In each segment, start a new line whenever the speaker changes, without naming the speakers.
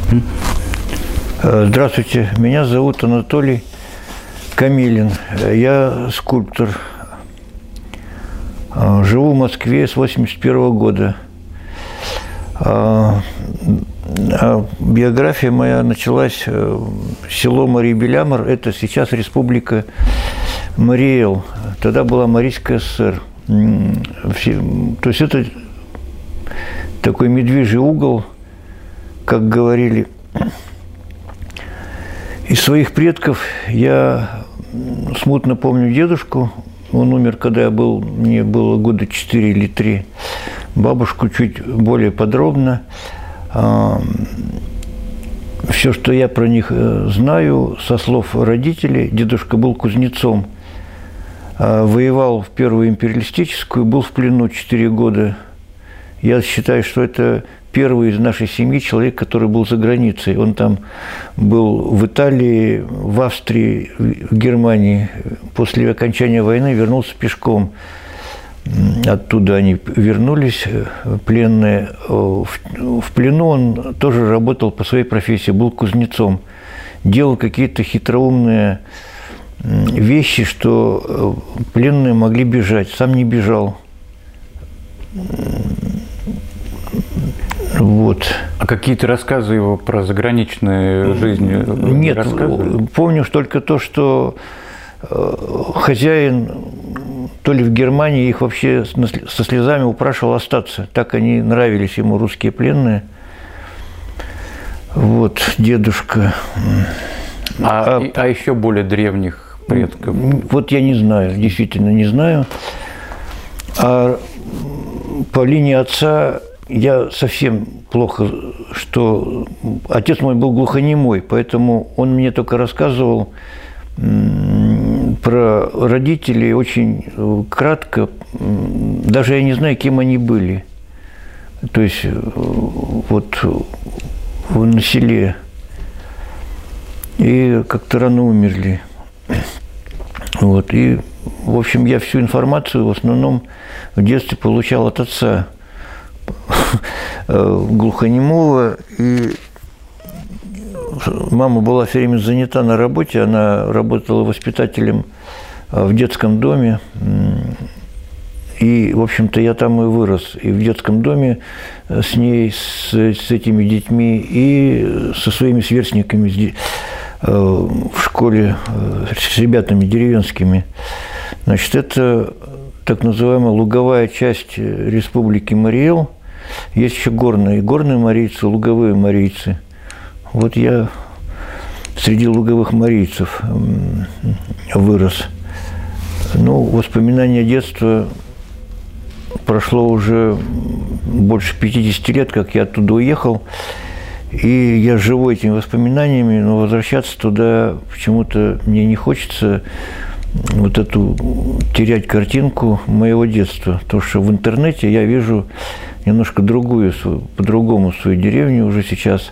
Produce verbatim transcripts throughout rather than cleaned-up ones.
Здравствуйте, меня зовут Анатолий Камилин. Я скульптор. Живу в Москве с восемьдесят первого года. Биография моя началась село Мария-Белямор. Это сейчас республика Марий-Эл. Тогда была Марийская ССР. То есть это такой медвежий угол, как говорили. Из своих предков я смутно помню дедушку. Он умер, когда я был, мне было года четыре или три. Бабушку чуть более подробно. Все, что я про них знаю, со слов родителей, дедушка был кузнецом. Воевал в Первую империалистическую, был в плену четыре года. Я считаю, что это первый из нашей семьи человек, который был за границей. Он там был в Италии, в Австрии, в Германии. После окончания войны вернулся пешком. Оттуда они вернулись, пленные. В плену он тоже работал по своей профессии, был кузнецом. Делал какие-то хитроумные вещи, что пленные могли бежать. Сам не бежал. Вот.
А какие-то рассказы его про заграничную жизнь?
Нет, помню только то, что хозяин то ли в Германии их вообще со слезами упрашивал остаться. Так они нравились ему, русские пленные. Вот, дедушка.
А, а, а еще более древних предков?
Вот я не знаю, действительно не знаю. А по линии отца я совсем плохо, что отец мой был глухонемой, поэтому он мне только рассказывал про родителей очень кратко. Даже я не знаю, кем они были. То есть вот на селе. И как-то рано умерли. Вот. И, в общем, я всю информацию в основном в детстве получал от отца глухонемого. И мама была все время занята на работе. Она работала воспитателем в детском доме. И, в общем-то, я там и вырос. И в детском доме с ней, с, с этими детьми, и со своими сверстниками в школе, с ребятами деревенскими. Значит, это так называемая луговая часть республики Марий-Эл. Есть еще горные. Горные марийцы, луговые марийцы. Вот я среди луговых марийцев вырос. Ну, воспоминания детства, прошло уже больше пятидесяти лет, как я оттуда уехал. И я живу этими воспоминаниями, но возвращаться туда почему-то мне не хочется, вот эту терять картинку моего детства. Потому что в интернете я вижу немножко другую, по-другому свою деревню уже сейчас,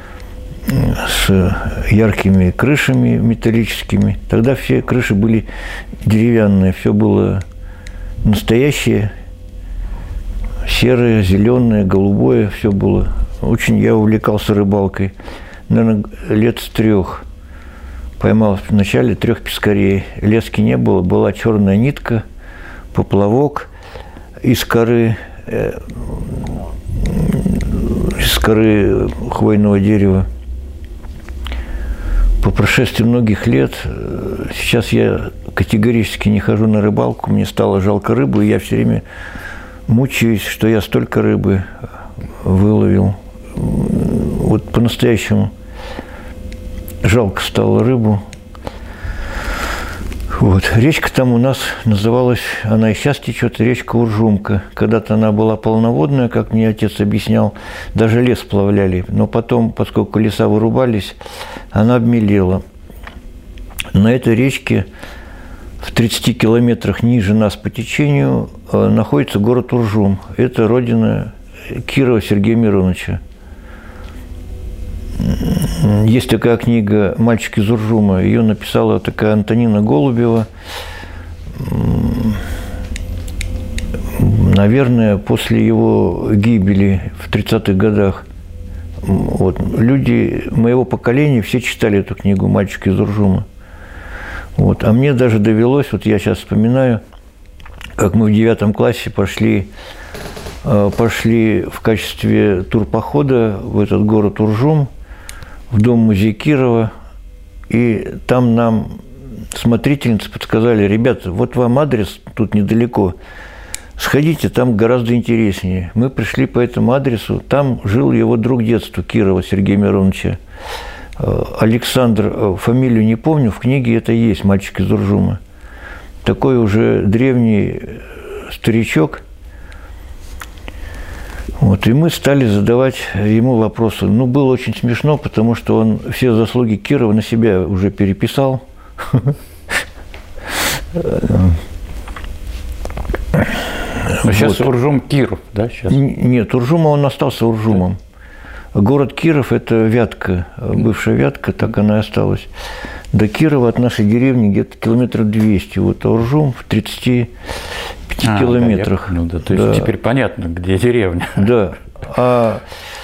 с яркими крышами металлическими. Тогда все крыши были деревянные, все было настоящее, серое, зеленое, голубое, все было. Очень я увлекался рыбалкой. Наверное, лет с трех. Поймал вначале трех пескарей. Лески не было, была черная нитка, поплавок из коры, э, из коры хвойного дерева. По прошествии многих лет сейчас я категорически не хожу на рыбалку. Мне стало жалко рыбу, и я все время мучаюсь, что я столько рыбы выловил. Вот по-настоящему жалко стало рыбу. Вот. Речка там у нас называлась, она и сейчас течет, речка Уржумка. Когда-то она была полноводная, как мне отец объяснял, даже лес сплавляли. Но потом, поскольку леса вырубались, она обмелела. На этой речке в тридцати километрах ниже нас по течению находится город Уржум. Это родина Кирова Сергея Мироновича. Есть такая книга «Мальчик из Уржума». Ее написала такая Антонина Голубева. Наверное, после его гибели в тридцатых годах Вот. Люди моего поколения все читали эту книгу «Мальчик из Уржума». Вот. А мне даже довелось, вот я сейчас вспоминаю, как мы в девятом классе пошли, пошли в качестве турпохода в этот город Уржум, в дом-музей Кирова, и там нам смотрительницы подсказали: ребята, вот вам адрес тут недалеко, сходите, там гораздо интереснее. Мы пришли по этому адресу, там жил его друг детства Кирова Сергея Мироновича, Александр, фамилию не помню, в книге это есть, «Мальчик из Уржума». Такой уже древний старичок. Вот, и мы стали задавать ему вопросы. Ну, было очень смешно, потому что он все заслуги Кирова на себя уже переписал.
Сейчас Уржум Киров, да? Сейчас?
Нет, Уржума он остался Уржумом. Город Киров – это Вятка, бывшая Вятка, так она и осталась. До Кирова от нашей деревни где-то километров двести. Вот Уржум в тридцати пяти а, километрах.
Да, да, то есть да. Теперь понятно, где деревня.
Да. А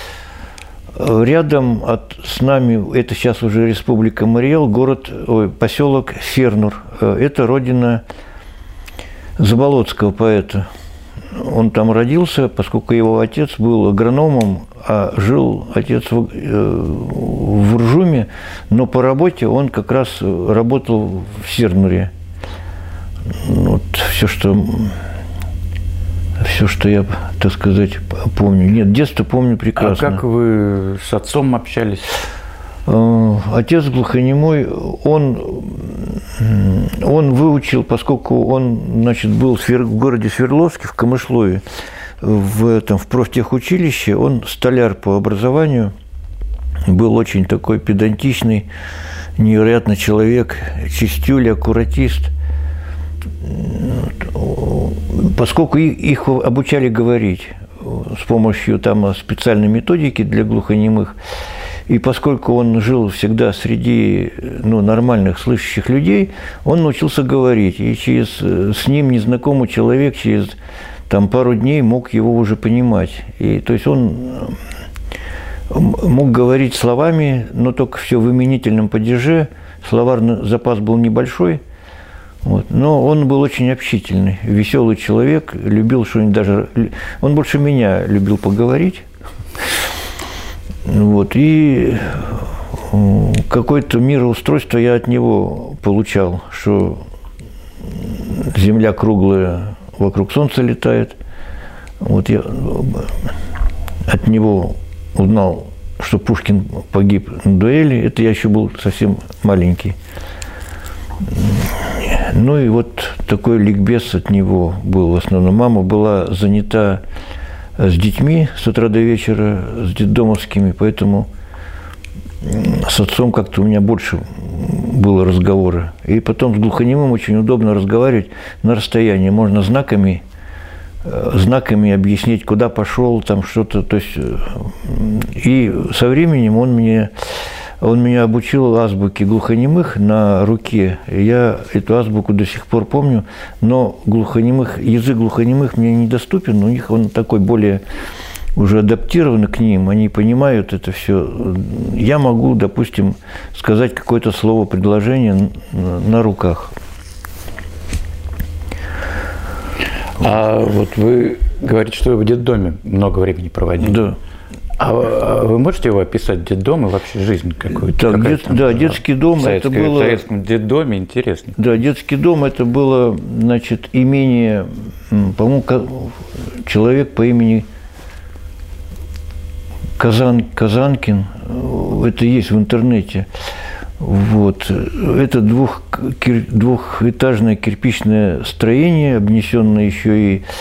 рядом от, с нами, это сейчас уже Республика Мариэл, город, ой, поселок Сернур. Это родина Заболоцкого поэта. Он там родился, поскольку его отец был агрономом, а жил отец в, в Уржуме, но по работе он как раз работал в Сернуре. Вот все, что, все, что я, так сказать, помню. Нет, детство помню прекрасно.
А как вы с отцом общались?
Отец глухонемой, он, он выучил, поскольку он, значит, был в городе Свердловске, в Камышлове, в, этом, в профтехучилище, он столяр по образованию, был очень такой педантичный, невероятный человек, чистюля, аккуратист. Поскольку их обучали говорить с помощью там специальной методики для глухонемых, и поскольку он жил всегда среди ну, нормальных слышащих людей, он научился говорить. И через, с ним незнакомый человек через там, пару дней мог его уже понимать. И, то есть он мог говорить словами, но только все в именительном падеже. Словарный запас был небольшой. Вот. Но он был очень общительный, веселый человек, любил что-нибудь даже... Он больше меня любил поговорить. Вот, и какое-то мироустройство я от него получал, что Земля круглая, вокруг Солнца летает. Вот я от него узнал, что Пушкин погиб на дуэли. Это я еще был совсем маленький. Ну и вот такой ликбез от него был в основном. Мама была занята с детьми с утра до вечера, с детдомовскими, поэтому с отцом как-то у меня больше было разговора. И потом с глухонемым очень удобно разговаривать на расстоянии. Можно знаками, знаками объяснить, куда пошел, там что-то. То есть, и со временем он мне, он меня обучил азбуке глухонемых на руке. Я эту азбуку до сих пор помню, но глухонемых, язык глухонемых мне недоступен, у них он такой более уже адаптирован к ним, они понимают это все. Я могу, допустим, сказать какое-то слово, предложение на руках.
А вот вы говорите, что вы в детдоме много времени проводили.
Да.
А вы можете его описать, детдом и вообще жизнь какую-то?
Так, дет, да, детский дом это было...
В советском детдоме интересно.
Да, детский дом это было, значит, имение, по-моему, человек по имени Казан, Казанкин, это есть в интернете. Вот. Это двух, двухэтажное кирпичное строение, обнесенное еще и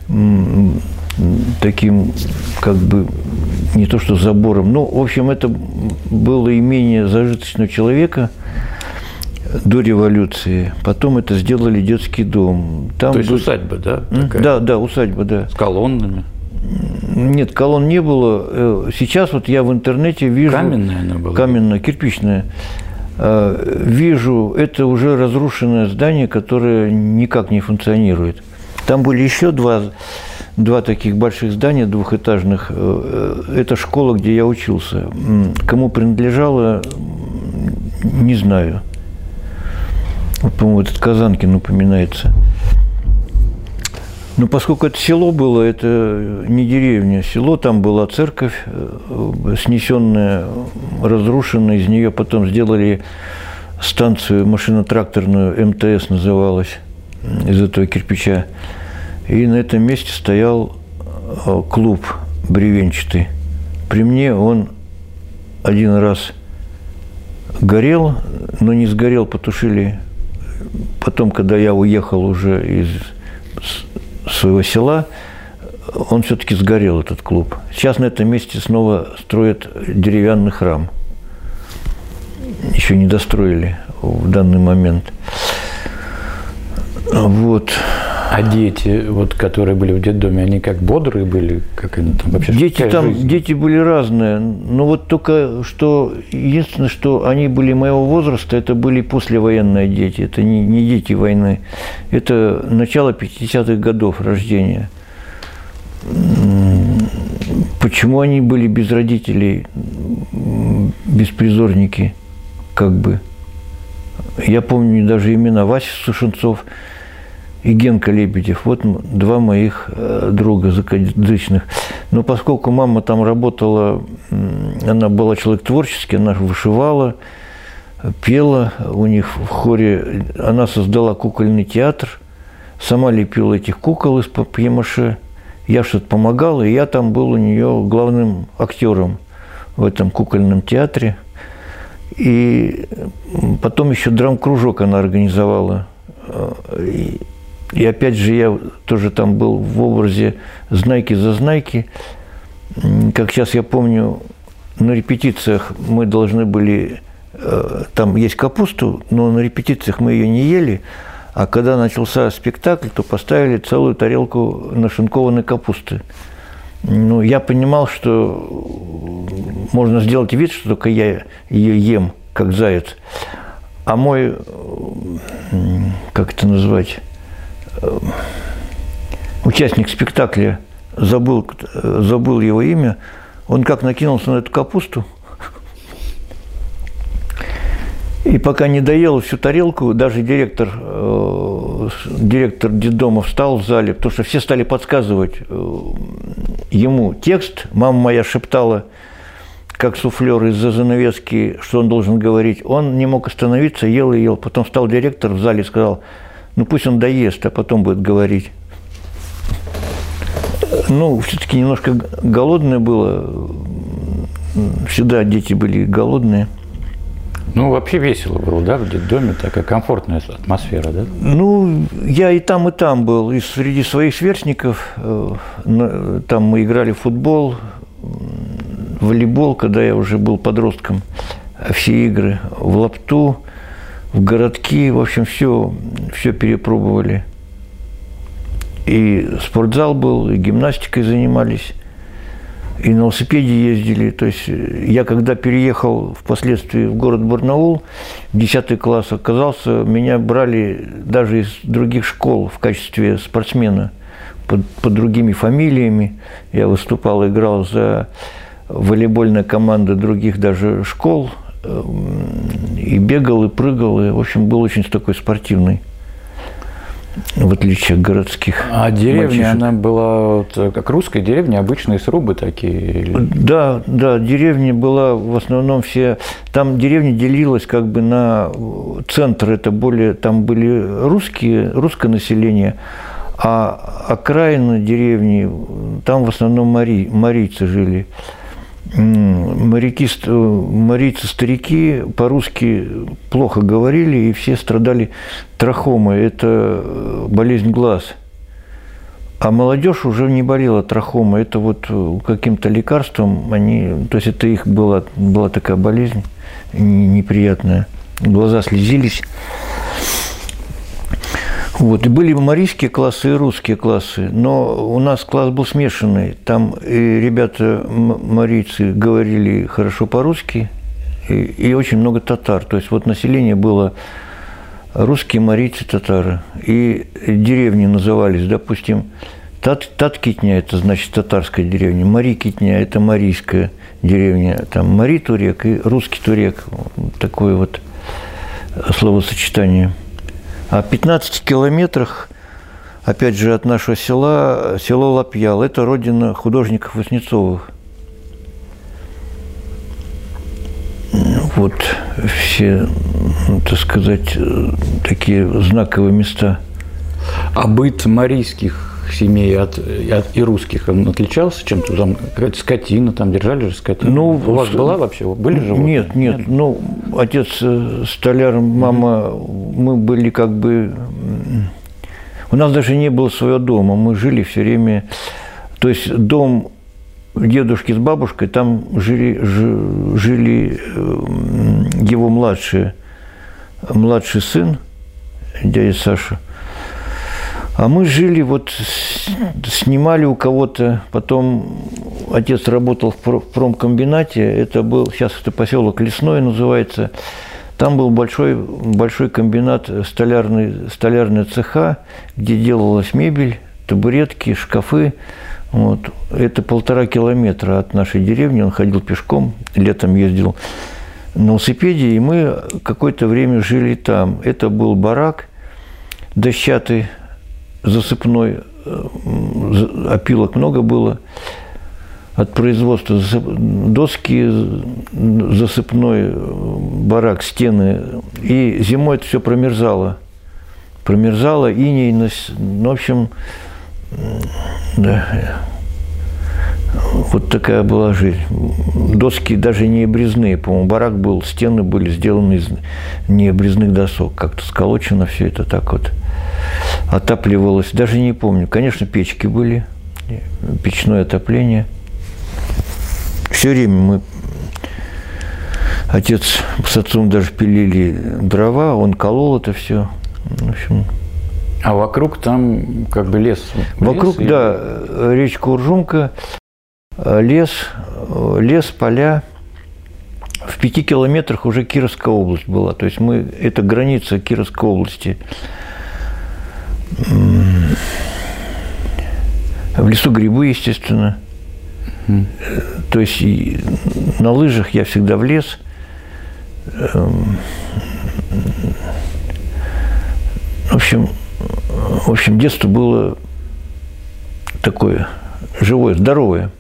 таким, как бы, не то что забором, но, в общем, это было имение зажиточного человека до революции. Потом это сделали детский дом. Там
То есть
был...
усадьба, да? Такая?
Да, да, усадьба, да.
С колоннами?
Нет, колонн не было. Сейчас вот я в интернете вижу...
Каменная она была?
Каменная, кирпичная. Вижу, это уже разрушенное здание, которое никак не функционирует. Там были еще два два таких больших здания двухэтажных. Это школа, где я учился. Кому принадлежала, не знаю. Вот, по-моему, этот Казанкин упоминается. Но поскольку это село было, это не деревня, село, там была церковь, снесенная, разрушенная, из нее потом сделали станцию машино-тракторную, эм тэ эс называлась, из этого кирпича. И на этом месте стоял клуб бревенчатый. При мне он один раз горел, но не сгорел, потушили. Потом, когда я уехал уже из своего села, он все-таки сгорел, этот клуб. Сейчас на этом месте снова строят деревянный храм. Еще не достроили в данный момент. Вот.
А дети, вот, которые были в детдоме, они как бодрые были? Как они там вообще?
Дети там, дети были разные. Но вот только что, единственное, что они были моего возраста, это были послевоенные дети. Это не, не дети войны. Это начало пятидесятых годов рождения. Почему они были без родителей, беспризорники, как бы? Я помню даже имена: Вася Сушенцов и Генка Лебедев. Вот два моих друга закадычных. Но поскольку мама там работала, она была человек творческий, она вышивала, пела у них в хоре. Она создала кукольный театр, сама лепила этих кукол из папье-маше. Я что-то помогал, и я там был у нее главным актером в этом кукольном театре. И потом еще драм-кружок она организовала. И, и опять же я тоже там был в образе «Знайки-зазнайки». Как сейчас я помню, на репетициях мы должны были… Там есть капусту, но на репетициях мы ее не ели. А когда начался спектакль, то поставили целую тарелку нашинкованной капусты. Ну, я понимал, что можно сделать вид, что только я ее ем, как заяц. А мой, как это назвать, участник спектакля, забыл, забыл его имя, он как накинулся на эту капусту, и пока не доел всю тарелку, даже директор, э, директор детдома встал в зале, потому что все стали подсказывать э, ему текст. Мама моя шептала, как суфлер из-за занавески, что он должен говорить. Он не мог остановиться, ел и ел. Потом встал директор в зале и сказал: ну пусть он доест, а потом будет говорить. Ну, все-таки немножко голодное было. Всегда дети были голодные.
Ну, вообще весело было, да, в детдоме, такая комфортная атмосфера, да?
Ну, я и там, и там был. И среди своих сверстников, там мы играли в футбол, в волейбол, когда я уже был подростком, все игры, в лапту, в городки, в общем, все, все перепробовали. И спортзал был, и гимнастикой занимались, и на велосипеде ездили. То есть я, когда переехал впоследствии в город Барнаул, в десятый класс, оказался, меня брали даже из других школ в качестве спортсмена под, под другими фамилиями. Я выступал, играл за волейбольные команды других даже школ, и бегал, и прыгал, и, в общем, был очень такой спортивный, в отличие от городских.
А деревня,
мальчишек.
Она была вот, как русская деревня, обычные срубы такие? Или...
Да, да, деревня была в основном все… Там деревня делилась как бы на центр, это более… Там были русские, русское население, а окраины деревни, там в основном мари, марийцы жили. Моряки, марийцы-старики по-русски плохо говорили, и все страдали трахомой. Это болезнь глаз. А молодежь уже не болела трахомой. Это вот каким-то лекарством они… То есть это их была, была такая болезнь неприятная. Глаза слезились. Вот. И были марийские классы и русские классы, но у нас класс был смешанный. Там и ребята марийцы говорили хорошо по-русски, и, и очень много татар. То есть вот население было русские, марийцы, татары. И деревни назывались, допустим, Тат, Таткитня – это, значит, татарская деревня. Марикитня – это марийская деревня. Там Мари Турек и русский Турек. Такое вот словосочетание. А в пятнадцати километрах, опять же, от нашего села, село Лапьял – это родина художников Васнецовых. Вот все, так сказать, такие знаковые места.
А быт марийских семей от, от и русских, он отличался чем-то? Там какая-то скотина, там держали же скотину? Ну, у вас была вообще? Были животные?
Нет, нет, нет. Ну, отец столяр, мама, mm-hmm. мы были как бы... У нас даже не было своего дома, мы жили все время... То есть дом дедушки с бабушкой, там жили, жили его младший, младший сын, дядя Саша. А мы жили, вот снимали у кого-то, потом отец работал в промкомбинате, это был, сейчас это поселок Лесной называется, там был большой, большой комбинат, столярный, столярная цеха, где делалась мебель, табуретки, шкафы. Вот. Это полтора километра от нашей деревни, он ходил пешком, летом ездил на велосипеде, и мы какое-то время жили там. Это был барак дощатый, засыпной, опилок много было, от производства доски, засыпной барак, стены, и зимой это все промерзало, промерзало, иней, ну, в общем, да, вот такая была жизнь. Доски даже не обрезные, по-моему, барак был, стены были сделаны из необрезных досок, как-то сколочено все это так вот. Отапливалось, даже не помню. Конечно, печки были, печное отопление. Все время мы, отец с отцом даже пилили дрова, он колол это все. В общем.
А вокруг там как бы лес?
Вокруг, лес, да, или... речка Уржумка, лес, лес, поля. В пяти километрах уже Кировская область была. То есть мы, это граница Кировской области. В лесу грибы, естественно. Mm. То есть на лыжах я всегда в лес. В общем, в общем, детство было такое живое, здоровое.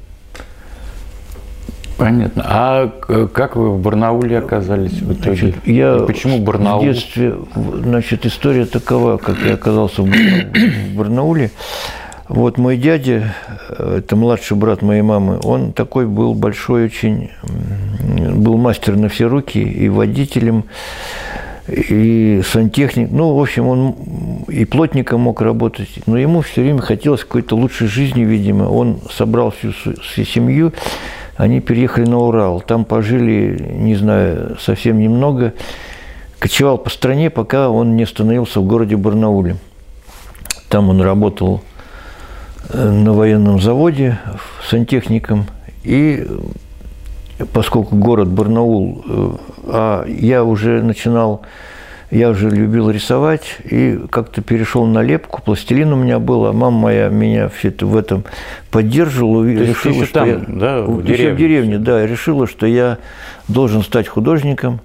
Понятно. А как вы в Барнауле оказались в итоге?
Значит, я
И почему Барнаул?
В детстве, значит, история такова, как я оказался в Барнауле. Вот мой дядя, это младший брат моей мамы, он такой был большой очень, был мастер на все руки, и водителем, и сантехник. Ну, в общем, он и плотником мог работать, но ему все время хотелось какой-то лучшей жизни, видимо. Он собрал всю, всю семью, они переехали на Урал, там пожили, не знаю, совсем немного, кочевал по стране, пока он не остановился в городе Барнауле. Там он работал на военном заводе сантехником, и поскольку город Барнаул, а я уже начинал, я уже любил рисовать, и как-то перешел на лепку, пластилин у меня был, а мама моя меня все это в этом поддерживала.
То есть
решила,
еще
что
там,
я,
да, в деревне?
Еще в деревне, да, решила, что я должен стать художником.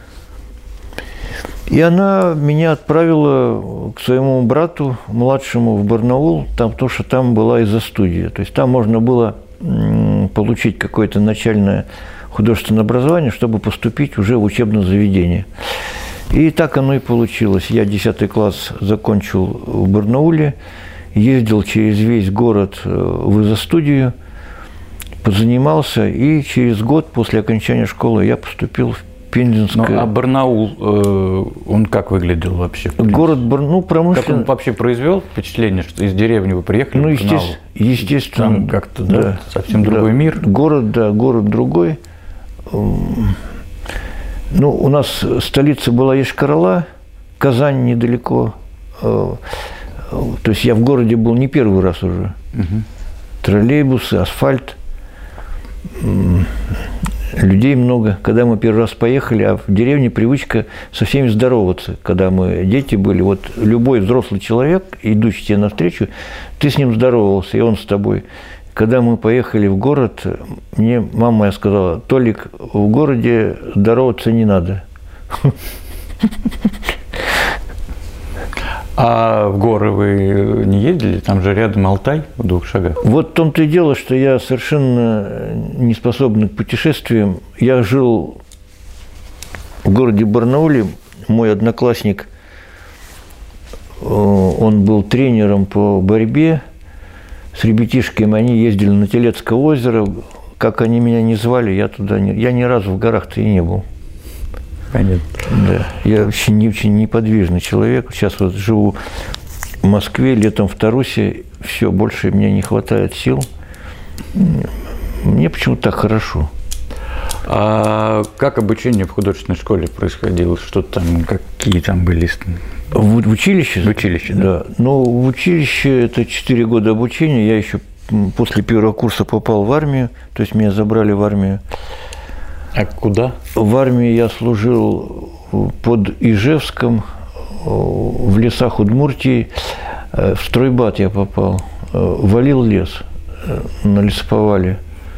И она меня отправила к своему брату, младшему, в Барнаул, там, потому что там была изо-студия. То есть там можно было получить какое-то начальное художественное образование, чтобы поступить уже в учебное заведение. И так оно и получилось. Я десятый класс закончил в Барнауле, ездил через весь город в изо-студию, позанимался, и через год после окончания школы я поступил в Пензенское.
Ну, а Барнаул, э, он как выглядел вообще?
Город Барнаул, ну, промышленный.
Как он вообще произвел впечатление, что из деревни вы приехали
ну,
в Барнаул?
Естественно.
Там как-то, да, да, совсем да, другой мир.
Город, да, город другой. Ну, у нас столица была Йошкар-Ола, Казань недалеко. То есть я в городе был не первый раз уже. Угу. Троллейбусы, асфальт. Людей много. Когда мы первый раз поехали, а в деревне привычка со всеми здороваться. Когда мы дети были, вот любой взрослый человек, идущий тебе навстречу, ты с ним здоровался, и он с тобой. Когда мы поехали в город, мне мама моя сказала: Толик, в городе здороваться не надо.
А в горы вы не ездили? Там же рядом Алтай, в двух шагах.
Вот в том-то и дело, что я совершенно не способный к путешествиям. Я жил в городе Барнауле. Мой одноклассник, он был тренером по борьбе с ребятишками. Они ездили на Телецкое озеро. Как они меня не звали, я туда не... Я ни разу в горах-то и не был.
Понятно.
Да. Я очень, не, очень неподвижный человек. Сейчас вот живу в Москве, летом в Тарусе. Все, больше мне не хватает сил. Мне почему-то так хорошо.
А как обучение в художественной школе происходило? Что там, какие там были?
В, в училище?
В училище, да.
Да. Ну, в училище это четыре года обучения. Я еще после первого курса попал в армию. То есть меня забрали в армию.
А куда?
В армии я служил под Ижевском, в лесах Удмуртии. В стройбат я попал. Валил лес на лесоповале.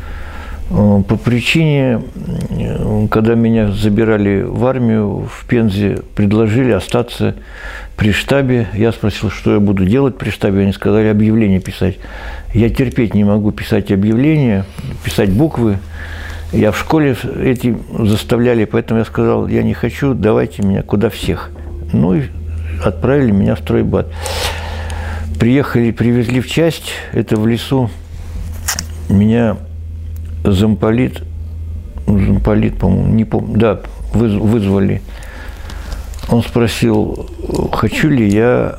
По причине, когда меня забирали в армию в Пензе, предложили остаться при штабе. Я спросил, что я буду делать при штабе. Они сказали: объявление писать. Я терпеть не могу писать объявления, писать буквы. Я в школе эти заставляли, поэтому я сказал: я не хочу, давайте меня куда всех. Ну и отправили меня в стройбат. Приехали, привезли в часть, это в лесу. Меня замполит, замполит, по-моему, не помню, да, вызвали. Он спросил, хочу ли я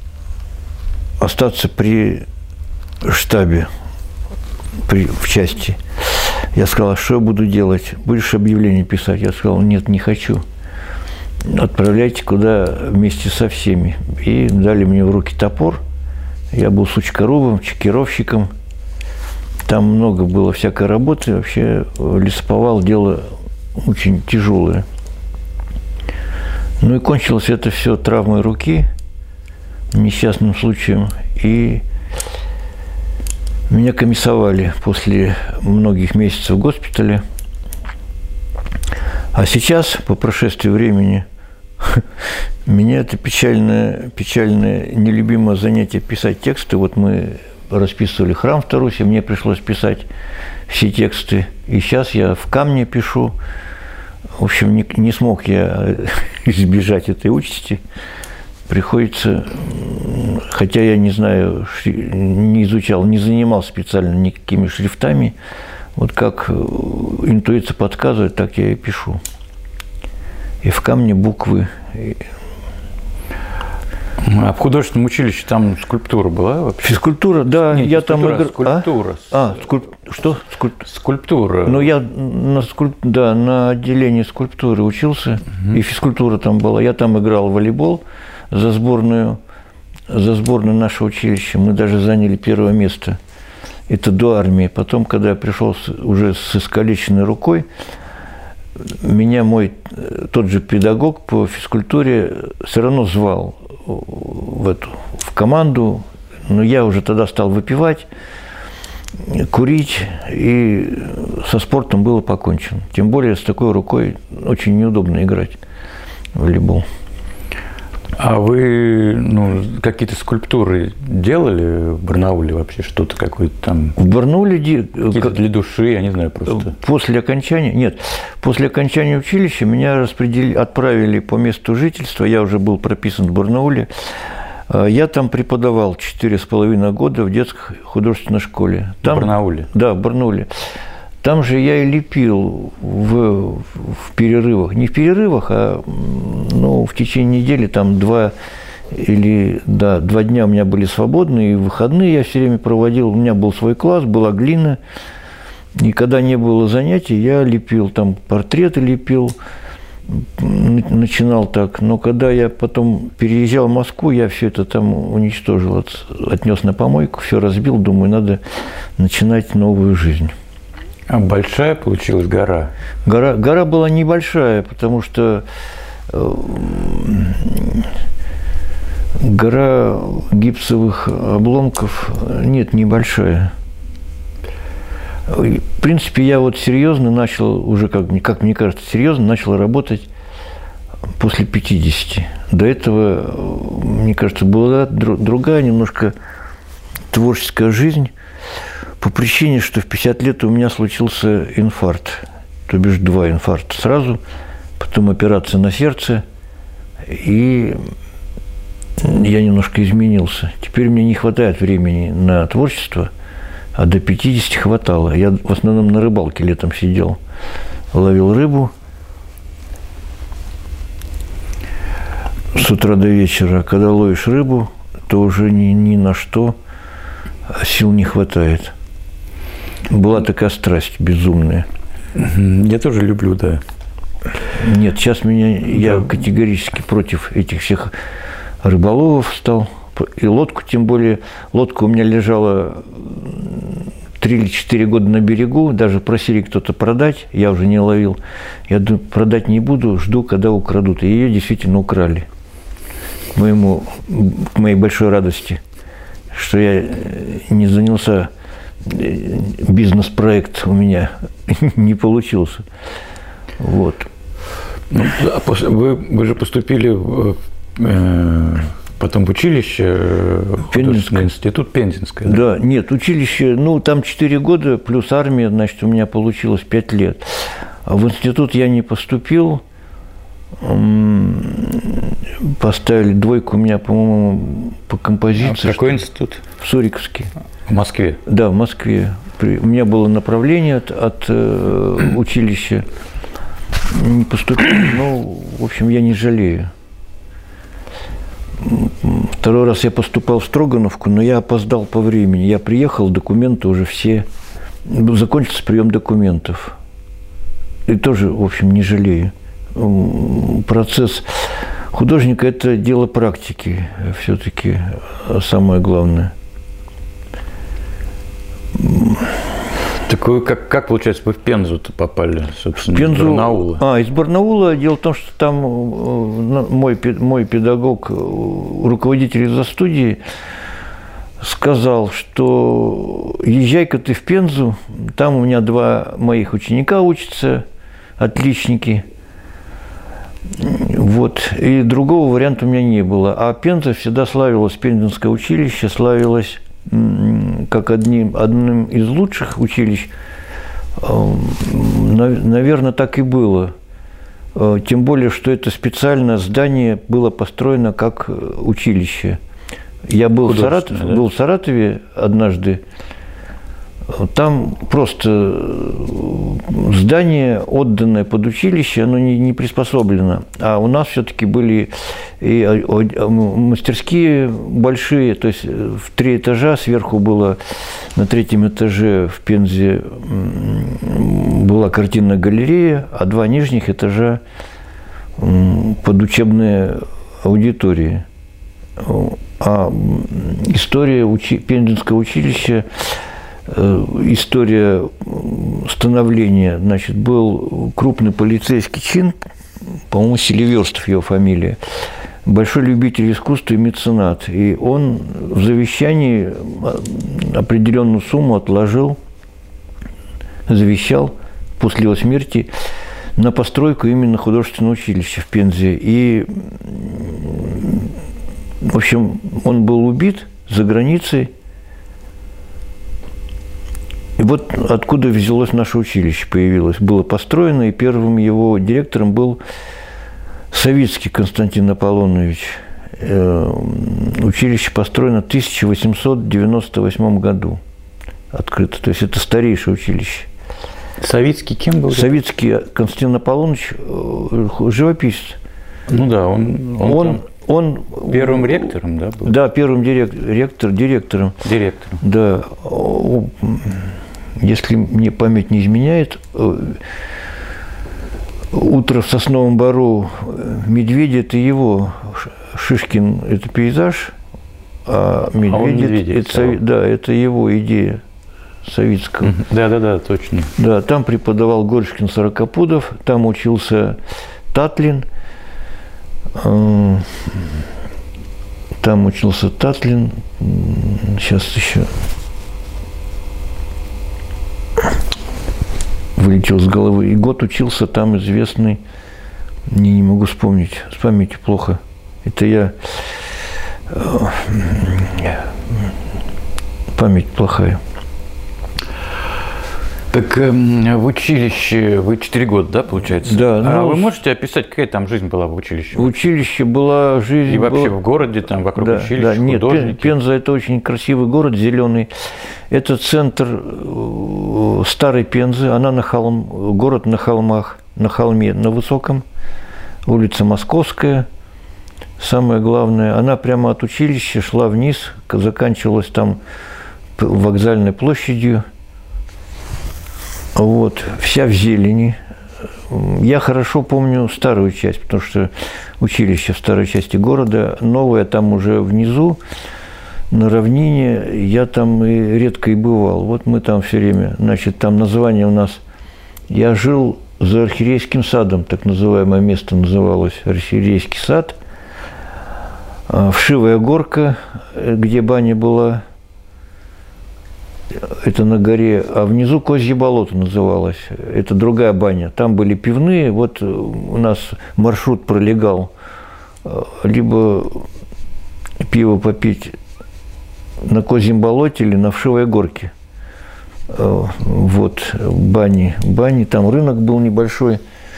остаться при штабе, при, в части. Я сказал: что я буду делать? Будешь объявление писать? Я сказал: нет, не хочу. Отправляйте куда вместе со всеми. И дали мне в руки топор. Я был сучкорубом, чекировщиком. Там много было всякой работы. Вообще лесоповал – дело очень тяжелое. Ну и кончилось это все травмой руки, несчастным случаем. И меня комиссовали после многих месяцев в госпитале. А сейчас, по прошествии времени, меня это печальное, печальное, нелюбимое занятие писать тексты. Вот мы расписывали храм в Тарусе, мне пришлось писать все тексты. И сейчас я в камне пишу. В общем, не, не смог я избежать этой участи. Приходится, хотя я не знаю, не изучал, не занимался специально никакими шрифтами, вот как интуиция подсказывает, так я и пишу. И в камне буквы.
А в художественном училище там скульптура была вообще?
Физкультура, да.
Нет,
я
там
игр...
скульптура.
А, а скульп... что? Скульп...
Скульптура.
Ну, я на, скульп... да, на отделении скульптуры учился, угу. И физкультура там была. Я там играл в волейбол за сборную, за сборную нашего училища. Мы даже заняли первое место. Это до армии. Потом, когда я пришел уже с искалеченной рукой, меня мой тот же педагог по физкультуре все равно звал в эту в команду, но я уже тогда стал выпивать, курить, и со спортом было покончено. Тем более с такой рукой очень неудобно играть в волейбол.
А вы ну, какие-то скульптуры делали в Барнауле вообще, что-то какое-то там?
В Барнауле
какие-то для души, я не знаю, просто.
После окончания, нет, после окончания училища меня распределили, отправили по месту жительства. Я уже был прописан в Барнауле. Я там преподавал четыре с половиной года в детской художественной школе. Там,
в Барнауле?
Да, в Барнауле. Там же я и лепил в, в перерывах. Не в перерывах, а ну, в течение недели, там два или да, два дня у меня были свободные, и выходные я все время проводил. У меня был свой класс, была глина. И когда не было занятий, я лепил, там портреты лепил, начинал так. Но когда я потом переезжал в Москву, я все это там уничтожил, отнес на помойку, все разбил. Думаю, надо начинать новую жизнь.
А большая получилась гора?
Гора, гора была небольшая, потому что гора гипсовых обломков, нет, небольшая. В принципе, я вот серьезно начал, уже, как, как мне кажется, серьезно начал работать после пятидесяти. До этого, мне кажется, была другая немножко творческая жизнь, по причине, что в пятьдесят лет у меня случился инфаркт, то бишь два инфаркта сразу, потом операция на сердце, и я немножко изменился. Теперь мне не хватает времени на творчество, а до пятидесяти хватало. Я в основном на рыбалке летом сидел, ловил рыбу с утра до вечера. Когда ловишь рыбу, то уже ни, ни на что сил не хватает. Была такая страсть безумная.
Я тоже люблю, да.
Нет, сейчас меня, я да. категорически против этих всех рыболовов стал. И лодку, тем более, лодка у меня лежала три или четыре года на берегу, даже просили кто-то продать, я уже не ловил. Я думаю, продать не буду, жду, когда украдут. И ее действительно украли. К моему, к моей большой радости, что я не занялся, бизнес-проект у меня не получился. Вот.
Ну, вы, вы же поступили в, э, потом в училище, художественный институт Пензенское.
Да? Да, нет, училище, ну, там четыре года плюс армия, значит, у меня получилось пять лет. А в институт я не поступил. Поставили двойку у меня, по-моему, по композиции.
А какой институт?
В Суриковске.
В Москве?
Да, в Москве. У меня было направление от, от э, училища. Не поступил, но, в общем, я не жалею. Второй раз я поступал в Строгановку, но я опоздал по времени. Я приехал, документы уже все... Закончился прием документов. И тоже, в общем, не жалею. Процесс художника – это дело практики, все-таки самое главное.
Так вы как, как получается, вы в Пензу-то попали, собственно,
Пензу,
из Барнаула?
А, из Барнаула. Дело в том, что там мой, мой педагог, руководитель из-за студии, сказал, что езжай-ка ты в Пензу, там у меня два моих ученика учатся, отличники. Вот. И другого варианта у меня не было. А Пенза всегда славилась, Пензенское училище славилось как одним, одним из лучших училищ. Наверное, так и было. Тем более, что это специальное здание было построено как училище. Я был, в, Саратов, да? был в Саратове однажды. Там просто здание, отданное под училище, оно не, не приспособлено. А у нас все-таки были и мастерские большие, то есть в три этажа, сверху было на третьем этаже в Пензе была картинная галерея, а два нижних этажа под учебные аудитории. А история учи, Пензенского училища, история становления, значит, был крупный полицейский чин, по-моему, Селиверстов его фамилия, большой любитель искусства и меценат. И он в завещании определенную сумму отложил, завещал после его смерти на постройку именно художественного училища в Пензе. И, в общем, он был убит за границей. И вот откуда взялось наше училище, появилось, было построено, и первым его директором был Савицкий Константин Аполлонович. Училище построено в тысяча восемьсот девяносто восьмом году, открыто, то есть это старейшее училище.
Савицкий кем был?
Савицкий Константин Аполлонович, живописец.
Ну да, он, он,
он, он
первым ректором, да, был?
Да, первым директор, ректор, директором.
Директором.
Да. Если мне память не изменяет, «Утро в Сосновом Бору», «Медведи» – это его, Шишкин – это пейзаж, а «Медведи» а – это, да, это его идея Савицкого.
Да-да-да, точно.
Да, там преподавал Горюшкин Сорокопудов, там учился Татлин. Там учился Татлин. Сейчас еще вылетел с головы. И год учился там известный, не, не могу вспомнить, с памятью плохо. Это я... Память плохая.
Так э, в училище вы четыре года, да, получается?
Да.
А
ну,
вы можете описать, какая там жизнь была в училище?
В училище была жизнь...
И вообще
была...
в городе, там, вокруг
да,
училища,
да, нет,
художники?
Пенза – это очень красивый город, зеленый. Это центр старой Пензы. Она на холм... Город на холмах, на холме, на высоком. Улица Московская. Самое главное, она прямо от училища шла вниз, заканчивалась там вокзальной площадью. Вот, вся в зелени. Я хорошо помню старую часть, потому что училище в старой части города, новое там уже внизу, на равнине, я там и редко и бывал. Вот мы там все время, значит, там название у нас, я жил за Архиерейским садом, так называемое место называлось Архиерейский сад, Вшивая горка, где баня была, это на горе, а внизу Козье болото называлось. Это другая баня. Там были пивные. Вот у нас маршрут пролегал. Либо пиво попить на Козьем болоте или на Вшивой горке. Вот бани. Бани. Там рынок был небольшой.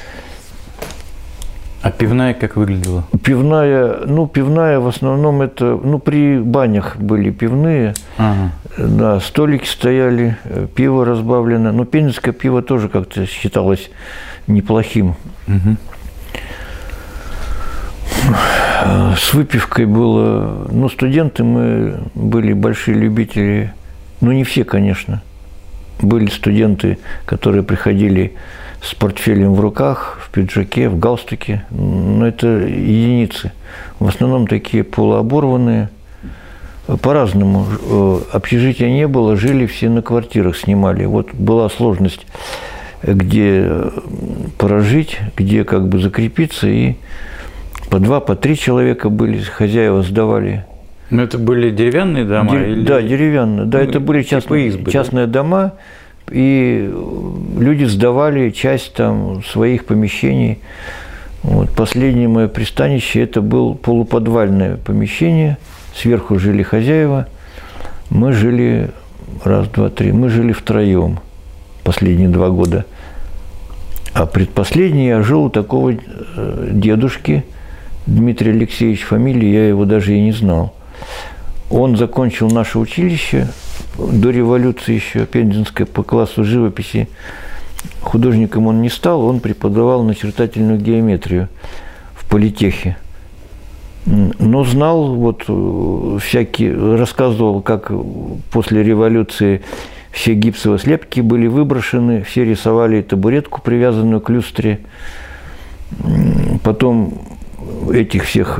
А пивная как выглядела?
Пивная, ну, пивная в основном это, ну, при банях были пивные, ага. Да, столики стояли, пиво разбавлено, но пензенское пиво тоже как-то считалось неплохим. Угу. С выпивкой было, ну, студенты мы были большие любители, ну, не все, конечно, были студенты, которые приходили с портфелем в руках, в пиджаке, в галстуке. Но это единицы. В основном такие полуоборванные. По-разному. Общежития не было, жили все на квартирах, снимали. Вот была сложность, где прожить, где как бы закрепиться. И по два, по три человека были, хозяева сдавали.
Но это были деревянные дома?
Дер...
Или...
Да, деревянные. Да, ну, это были
типа
частные,
избы,
частные
да?
дома. И люди сдавали часть там своих помещений. Вот. Последнее мое пристанище – это было полуподвальное помещение. Сверху жили хозяева. Мы жили раз, два, три. Мы жили втроем последние два года. А предпоследний я жил у такого дедушки, Дмитрий Алексеевич, фамилии, я его даже и не знал. Он закончил наше училище до революции еще, пензенское, по классу живописи. Художником он не стал, он преподавал начертательную геометрию в политехе. Но знал, вот всякие, рассказывал, как после революции все гипсовые слепки были выброшены, все рисовали табуретку, привязанную к люстре. Потом этих всех,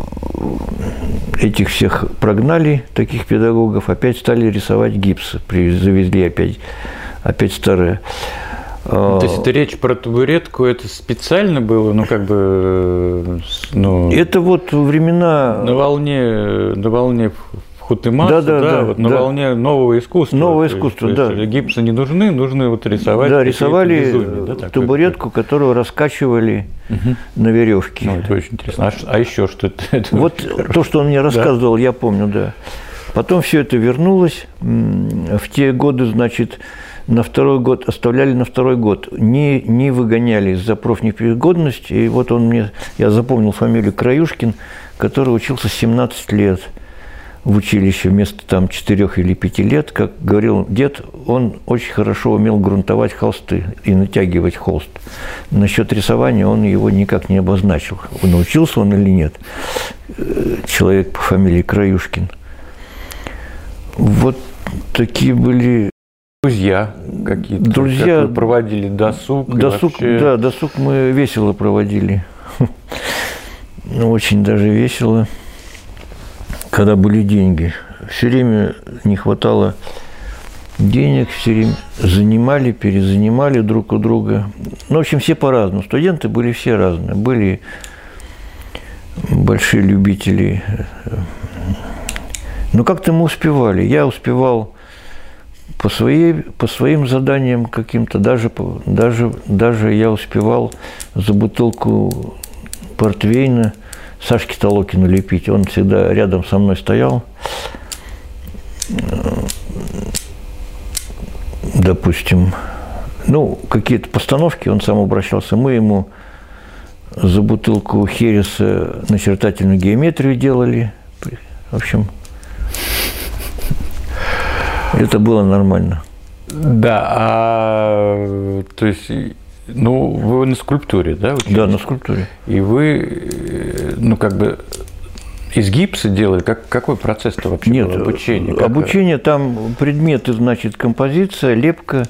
этих всех прогнали, таких педагогов, опять стали рисовать гипсы, завезли опять, опять старые.
То есть это речь про табуретку, это специально было, ну как бы, ну,
это вот времена
на волне, на волне Хутемаса,
да, да,
да,
да,
вот
да.
на волне нового искусства.
Нового
то
искусства,
есть,
да.
То есть гипсы не нужны, нужно вот рисовать.
Да, рисовали
безумие, да,
табуретку, которую раскачивали угу. на веревке.
Ну, это очень интересно. А, а еще что это?
Вот то, что он мне рассказывал, да? Я помню, да. Потом все это вернулось. В те годы, значит, на второй год, оставляли на второй год, не, не выгоняли из-за профнепригодности. И вот он мне, я запомнил фамилию Краюшкин, который учился семнадцать лет в училище вместо там четырёх или пяти лет. Как говорил дед, он очень хорошо умел грунтовать холсты и натягивать холст. Насчет рисования он его никак не обозначил. Научился он или нет. Человек по фамилии Краюшкин. Вот такие были...
Друзья какие-то,
Друзья,
как вы проводили досуг?
Досуг,
вообще...
да, досуг мы весело проводили. Очень даже весело, когда были деньги. Все время не хватало денег все время занимали, перезанимали друг у друга. Ну, в общем, все по-разному. Студенты были все разные. Были большие любители. Но как-то мы успевали. Я успевал по, своей, по своим заданиям каким-то. Даже, даже, даже я успевал за бутылку портвейна Сашке Толокину лепить. Он всегда рядом со мной стоял. Допустим, ну, какие-то постановки, он сам обращался. Мы ему за бутылку хереса начертательную геометрию делали. В общем, это было нормально.
Да, а то есть, ну, вы на скульптуре, да? Учились?
Да, на скульптуре.
И вы, ну, как бы из гипса делали? Как, какой процесс-то вообще
Нет,
был обучение? Как...
обучение там предметы, значит, композиция, лепка.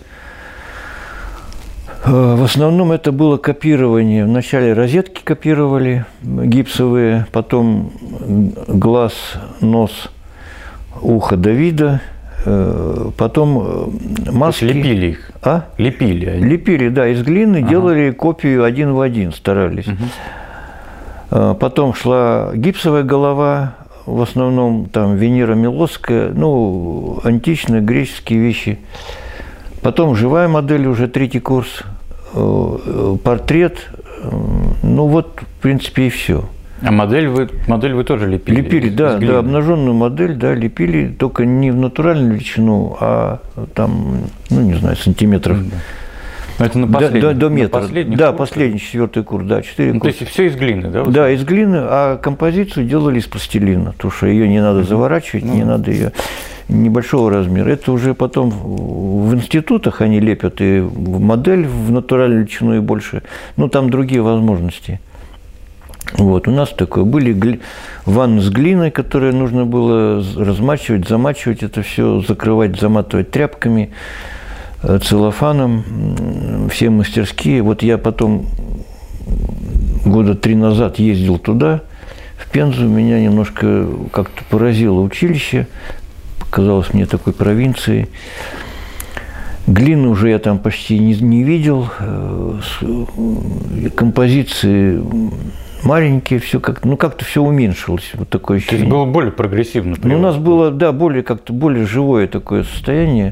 В основном это было копирование. Вначале розетки копировали гипсовые, потом глаз, нос, ухо Давида, потом маски.
Лепили их?
А?
Лепили они?
Лепили, да, из глины,
ага.
делали копию один в один, старались. Угу. Потом шла гипсовая голова, в основном там Венера Милосская, ну, античные, греческие вещи. Потом живая модель, уже третий курс, портрет, ну вот, в принципе, и все.
А модель вы, модель вы тоже лепили?
Лепили, да, да, обнаженную модель, да, лепили, только не в натуральную величину, а там, ну, не знаю, сантиметров.
Но это на последний,
до, до метра.
На
да,
курс,
последний, четвертый курс, да, четыре
ну,
курса.
То есть все из глины, да?
Да, из глины, а композицию делали из пластилина, потому что ее не надо заворачивать, mm-hmm. не надо ее небольшого размера. Это уже потом в институтах они лепят и модель в натуральную величину и больше. Ну, там другие возможности. Вот, у нас такое. Были гли... ванны с глиной, которые нужно было размачивать, замачивать это все, закрывать, заматывать тряпками, целлофаном, все мастерские. Вот я потом года три назад ездил туда, в Пензу, меня немножко как-то поразило училище, показалось мне такой провинцией. Глины уже я там почти не, не видел, композиции маленькие, все как, ну как-то все уменьшилось, вот такое ощущение.
То есть было более прогрессивно?
Ну, у нас было, да, более как-то более живое такое состояние.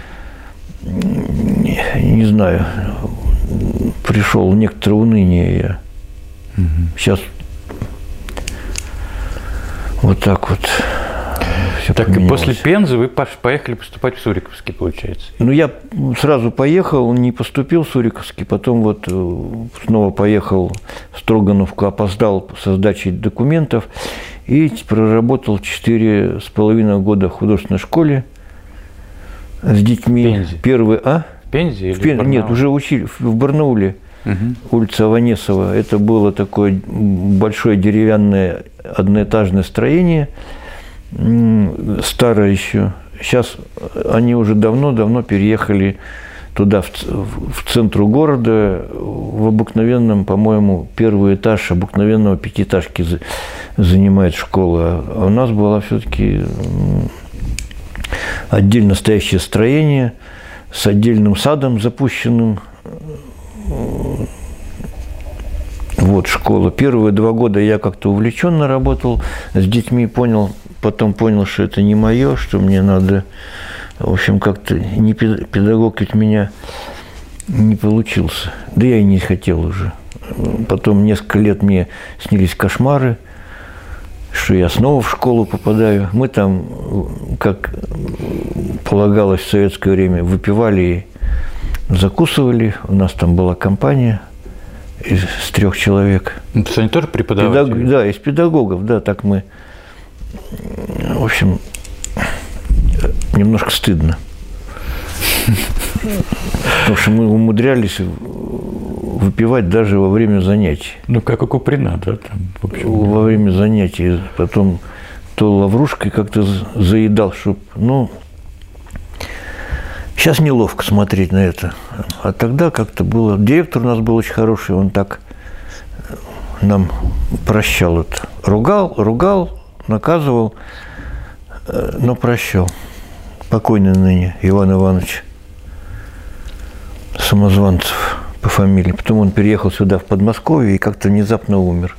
Не, не знаю, пришел некоторое уныние я. Угу. Сейчас вот так вот.
Так и после Пензы вы поехали поступать в Суриковский, получается?
Ну, я сразу поехал, не поступил в Суриковский, потом вот снова поехал в Строгановку, опоздал со сдачей документов и проработал четыре с половиной года в художественной школе с детьми.
В Пензе?
Первый, а?
В Пензе или
в Пен...
в
Нет, уже учили в Барнауле, угу. Улица Аванесова. Это было такое большое деревянное одноэтажное строение, старое еще. Сейчас они уже давно-давно переехали туда, в, в центр города, в обыкновенном, по-моему, первый этаж обыкновенного пятиэтажки занимает школа. А у нас была все-таки отдельно стоящее строение с отдельным садом запущенным. Вот школа. Первые два года я как-то увлеченно работал с детьми, понял, потом понял, что это не мое, что мне надо, в общем, как-то не педагог ведь меня не получился. Да я и не хотел уже. Потом несколько лет мне снились кошмары, что я снова в школу попадаю. Мы там, как полагалось в советское время, выпивали и закусывали. У нас там была компания из трех человек.
Ну, то есть они тоже преподаватели?
Педаг... Да, из педагогов, да, так мы, в общем, немножко стыдно. Потому что мы умудрялись выпивать даже во время занятий.
Ну, как у Куприна, да? Там, в общем,
во время занятий. Потом то лаврушкой как-то заедал, чтобы, ну, сейчас неловко смотреть на это. А тогда как-то было... Директор у нас был очень хороший, он так нам прощал это. Ругал, ругал, наказывал, но прощал. покойный ныне Иван Иванович Самозванцев по фамилии. Потом он переехал сюда, в Подмосковье, и как-то внезапно умер.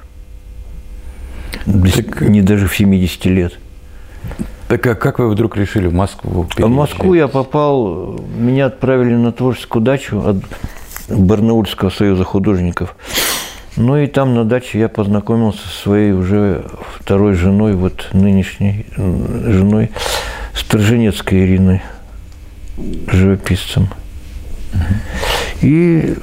Так... Не дожив семидесяти лет.
Так а как вы вдруг решили в Москву переезжать?
В Москву я попал, меня отправили на творческую дачу от Барнаульского союза художников. Ну и там на даче я познакомился со своей уже второй женой, вот нынешней женой, Сторженецкой Ириной, живописцем. И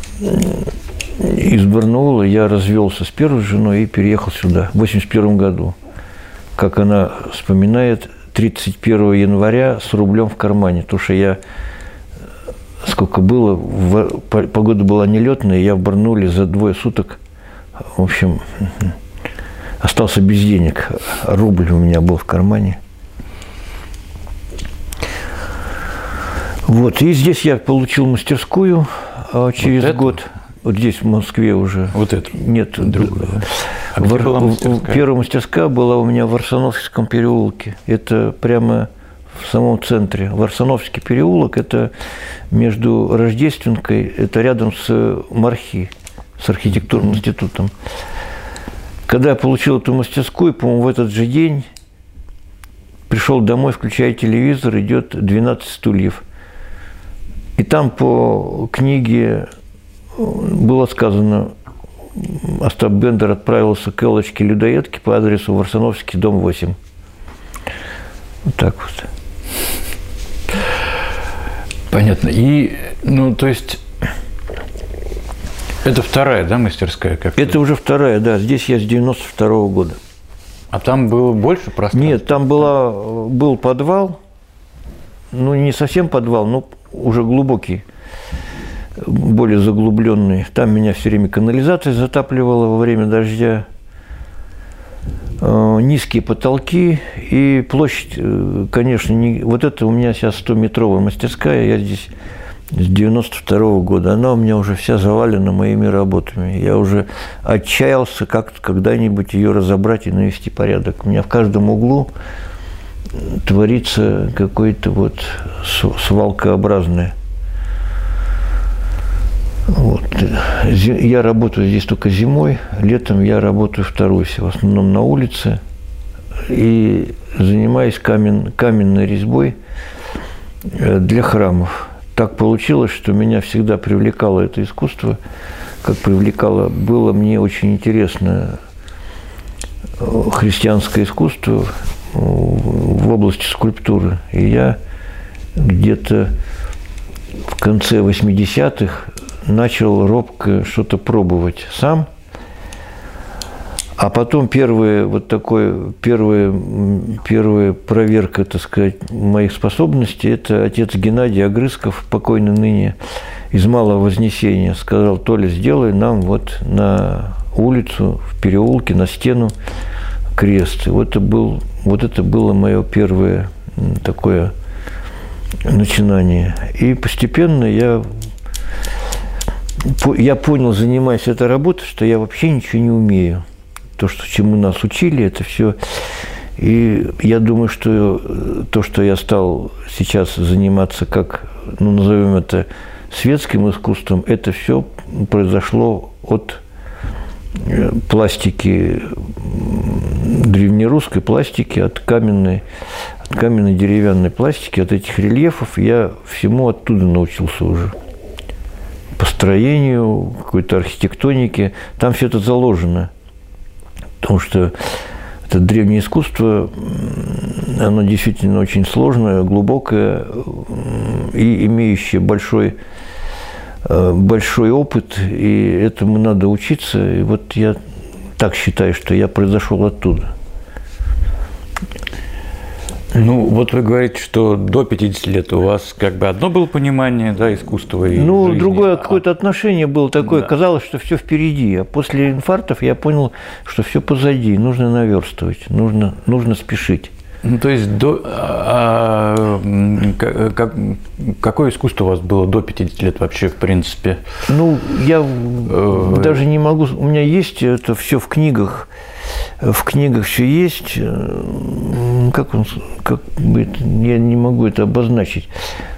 из Барнаула я развелся с первой женой и переехал сюда в восемьдесят первом году. Как она вспоминает, тридцать первого января с рублем в кармане, потому что я, сколько было, в, погода была нелетная, я в Барнауле за двое суток, в общем, остался без денег, рубль у меня был в кармане. Вот, и здесь я получил мастерскую а через вот год. Вот здесь, в Москве уже.
Вот это?
Нет, другую.
А где была мастерская?
Первая мастерская была у меня в Арсеновском переулке. Это прямо в самом центре. Варсановский переулок – это между Рождественкой, это рядом с МАРХИ, с архитектурным институтом. Когда я получил эту мастерскую, по-моему, в этот же день пришел домой, включая телевизор, идет «двенадцать стульев». И там по книге было сказано, Остап Бендер отправился к Эллочке-людоедке по адресу Варсановский, дом восемь. Вот так вот.
Понятно. И, ну, то есть, это вторая, да, мастерская? Как
это уже вторая, да. Здесь я с девяносто второго года.
А там было больше пространства?
Нет, там была, был подвал, ну, не совсем подвал, но уже глубокий, более заглубленный. Там меня все время канализация затапливала во время дождя. Низкие потолки и площадь, конечно, не... Вот это у меня сейчас стометровая мастерская, я здесь с девяносто второго года. Она у меня уже вся завалена моими работами. Я уже отчаялся как-то когда-нибудь ее разобрать и навести порядок. У меня в каждом углу творится какое-то вот свалкообразное. Вот. Я работаю здесь только зимой, летом я работаю в Тарусе, в основном на улице, и занимаюсь камен, каменной резьбой для храмов. Так получилось, что меня всегда привлекало это искусство, как привлекало, было мне очень интересно христианское искусство в области скульптуры. И я где-то в конце восьмидесятых начал робко что-то пробовать сам, а потом первая вот такой первая, первая проверка, так сказать, моих способностей, это отец Геннадий Огрызков, покойный ныне, из Малого Вознесения, сказал: Толя, сделай нам вот на улицу, в переулке, на стену крест. И вот это, был, вот это было мое первое такое начинание. И постепенно я Я понял, занимаясь этой работой, что я вообще ничего не умею. То, что, чему нас учили, это все. И я думаю, что то, что я стал сейчас заниматься, как, ну, назовем это, светским искусством, это все произошло от пластики, древнерусской пластики, от каменной, от каменной деревянной пластики, от этих рельефов. Я всему оттуда научился уже. Построению, какой-то архитектонике, там все это заложено. Потому что это древнее искусство, оно действительно очень сложное, глубокое и имеющее большой, большой опыт, и этому надо учиться. И вот я так считаю, что я произошел оттуда.
Ну, вот вы говорите, что до пятидесяти лет у вас как бы одно было понимание, да, искусства и
Ну,
жизни.
другое какое-то отношение было такое.
Да.
Казалось, что все впереди. А после инфарктов я понял, что все позади. Нужно наверстывать, нужно, нужно спешить.
Ну, то есть, до, а, как, какое искусство у вас было до пятидесяти лет вообще, в принципе?
Ну, я э... даже не могу... У меня есть это все в книгах. в книгах все есть. Как он, как бы это, я не могу это обозначить.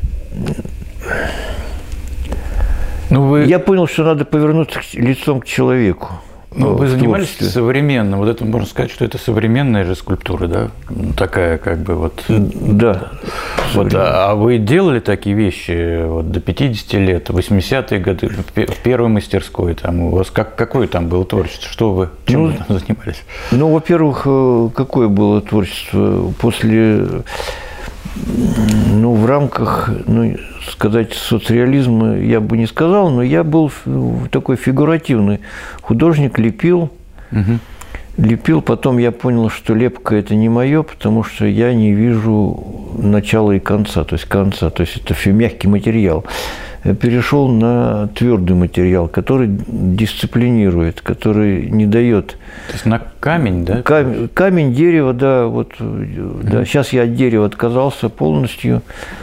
Ну, вы... Я понял, что надо повернуться лицом к человеку.
Ну, вы занимались современным, вот это можно сказать, что это современная же скульптура, да? Такая как бы вот…
Да.
Вот, а вы делали такие вещи вот, до пятидесяти лет, восьмидесятые годы, в первой мастерской, там, у вас как, какое там было творчество, что вы, чем ну, вы там занимались?
Ну, во-первых, какое было творчество? После… Ну, в рамках, ну, сказать, соцреализма я бы не сказал, но я был такой фигуративный художник, лепил, угу. лепил, потом я понял, что лепка – это не мое, потому что я не вижу начала и конца, то есть конца, то есть это мягкий материал. Я перешел на твердый материал, который дисциплинирует, который не дает…
То есть на камень, да?
Камень, камень дерево, да. Вот, mm-hmm. да. Сейчас я от дерева отказался полностью.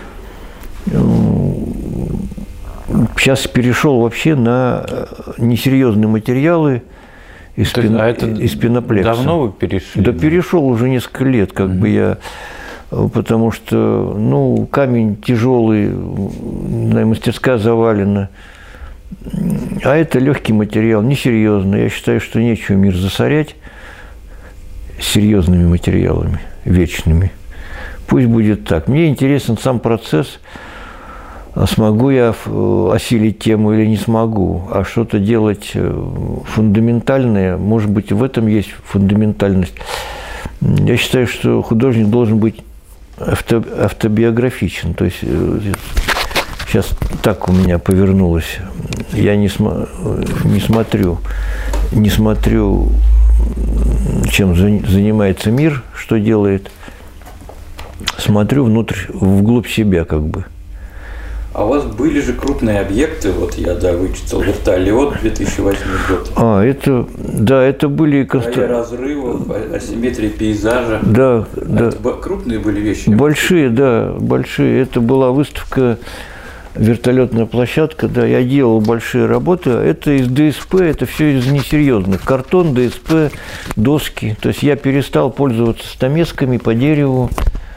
Сейчас перешел вообще на несерьезные материалы из, пен... а это из пеноплекса.
Давно вы перешли?
Да, перешел уже несколько лет, как mm-hmm. бы я… Потому что, ну, камень тяжелый, мастерская завалена, а это легкий материал, несерьезный. Я считаю, что нечего мир засорять серьезными материалами, вечными. Пусть будет так. Мне интересен сам процесс, смогу я осилить тему или не смогу, а что-то делать фундаментальное, может быть, в этом есть фундаментальность. Я считаю, что художник должен быть авто, автобиографичен. То есть сейчас так у меня повернулось. Я не, см, не смотрю, не смотрю, чем занимается мир, что делает. Смотрю внутрь, вглубь себя как бы.
А у вас были же крупные объекты, вот я, да, вычитал, вертолет две тысячи восьмой год.
А, это, да, это были…
Края разрывов, асимметрия пейзажа.
Да,
а
да.
Это крупные были вещи?
Большие, да, большие. Это была выставка, вертолетная площадка, да, я делал большие работы. Это из ДСП, это все из несерьезных. Картон, ДСП, доски. То есть я перестал пользоваться стамесками по дереву.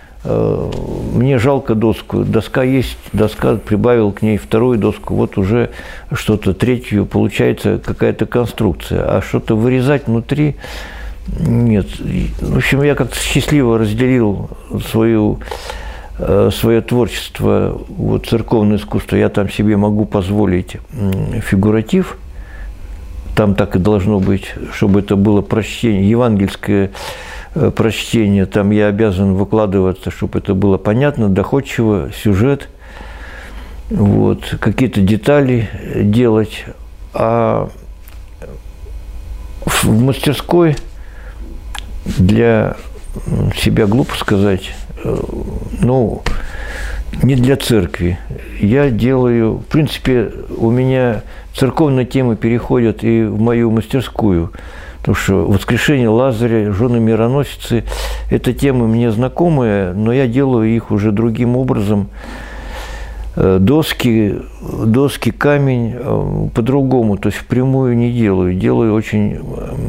Мне жалко доску. Доска есть, доска, прибавил к ней вторую доску, вот уже что-то, третью, получается какая-то конструкция. А что-то вырезать внутри нет. В общем, я как-то счастливо разделил свою, свое творчество, вот, церковное искусство. Я там себе могу позволить фигуратив, там так и должно быть, чтобы это было прочтение, евангельское прочтение, там я обязан выкладываться, чтобы это было понятно, доходчиво, сюжет, вот, какие-то детали делать. А в мастерской для себя, глупо сказать, ну, не для церкви. Я делаю, в принципе, у меня церковные темы переходят и в мою мастерскую. Потому что воскрешение Лазаря, жены мироносицы – это темы мне знакомые, но я делаю их уже другим образом. Доски, доски, камень по-другому, то есть впрямую не делаю. Делаю очень,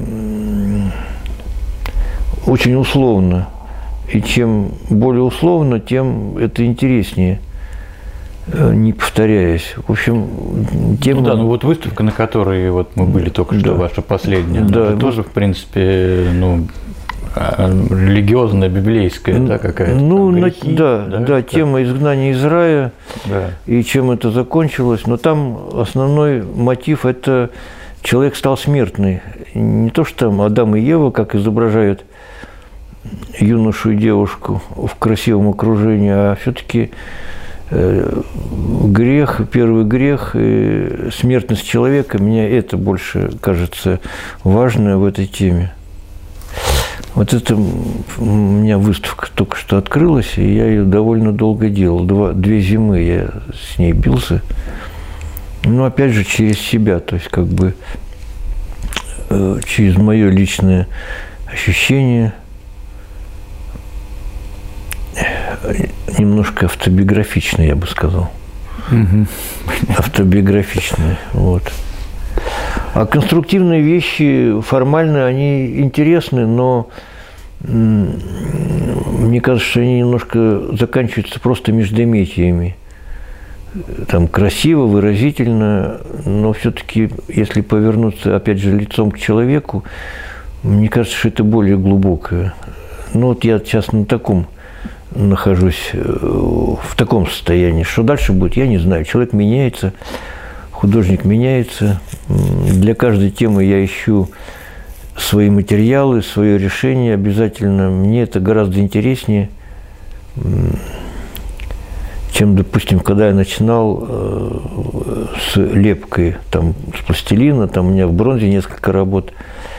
очень условно. И чем более условно, тем это интереснее, не повторяясь. В общем, тема…
Ну да, ну вот выставка, на которой вот мы были только что, да. Ваша последняя, да, это тоже, в принципе, ну, религиозная, библейская, да, какая-то.
Ну, грехи, да, да, да, тема изгнания из рая, да. И чем это закончилось. Но там основной мотив – это человек стал смертный. Не то, что там Адам и Ева, как изображают юношу и девушку в красивом окружении, а все-таки грех, первый грех, и смертность человека, мне это больше кажется важное в этой теме. Вот это у меня выставка только что открылась, и я ее довольно долго делал. Два, две зимы я с ней бился. Но опять же через себя, то есть как бы э, через мое личное ощущение, немножко автобиографичный, я бы сказал. Угу. Автобиографичный, вот. А конструктивные вещи, формально, они интересны, но мне кажется, что они немножко заканчиваются просто междометиями. Там красиво, выразительно, но все-таки, если повернуться, опять же, лицом к человеку, мне кажется, что это более глубокое. Ну, вот я сейчас на таком нахожусь, в таком состоянии. Что дальше будет, я не знаю. Человек меняется, художник меняется. Для каждой темы я ищу свои материалы, свое решение обязательно. Мне это гораздо интереснее, чем, допустим, когда я начинал э, с лепкой, там, с пластилина, там у меня в бронзе несколько работ.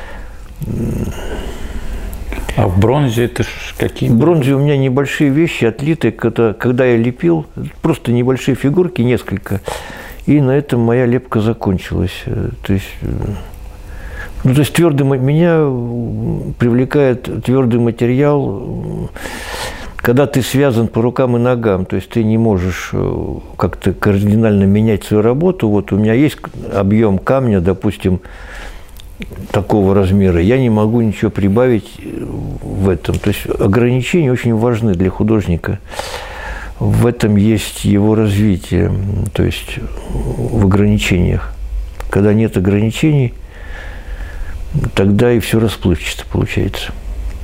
А в бронзе это ж какие?
В бронзе у меня небольшие вещи отлитые, когда, когда я лепил, просто небольшие фигурки, несколько, и на этом моя лепка закончилась. То есть, ну, то есть твердый, меня привлекает твердый материал, когда ты связан по рукам и ногам, то есть ты не можешь как-то кардинально менять свою работу. Вот у меня есть объем камня, допустим, такого размера, я не могу ничего прибавить в этом. То есть ограничения очень важны для художника. В этом есть его развитие, то есть в ограничениях. Когда нет ограничений, тогда и все расплывчато получается.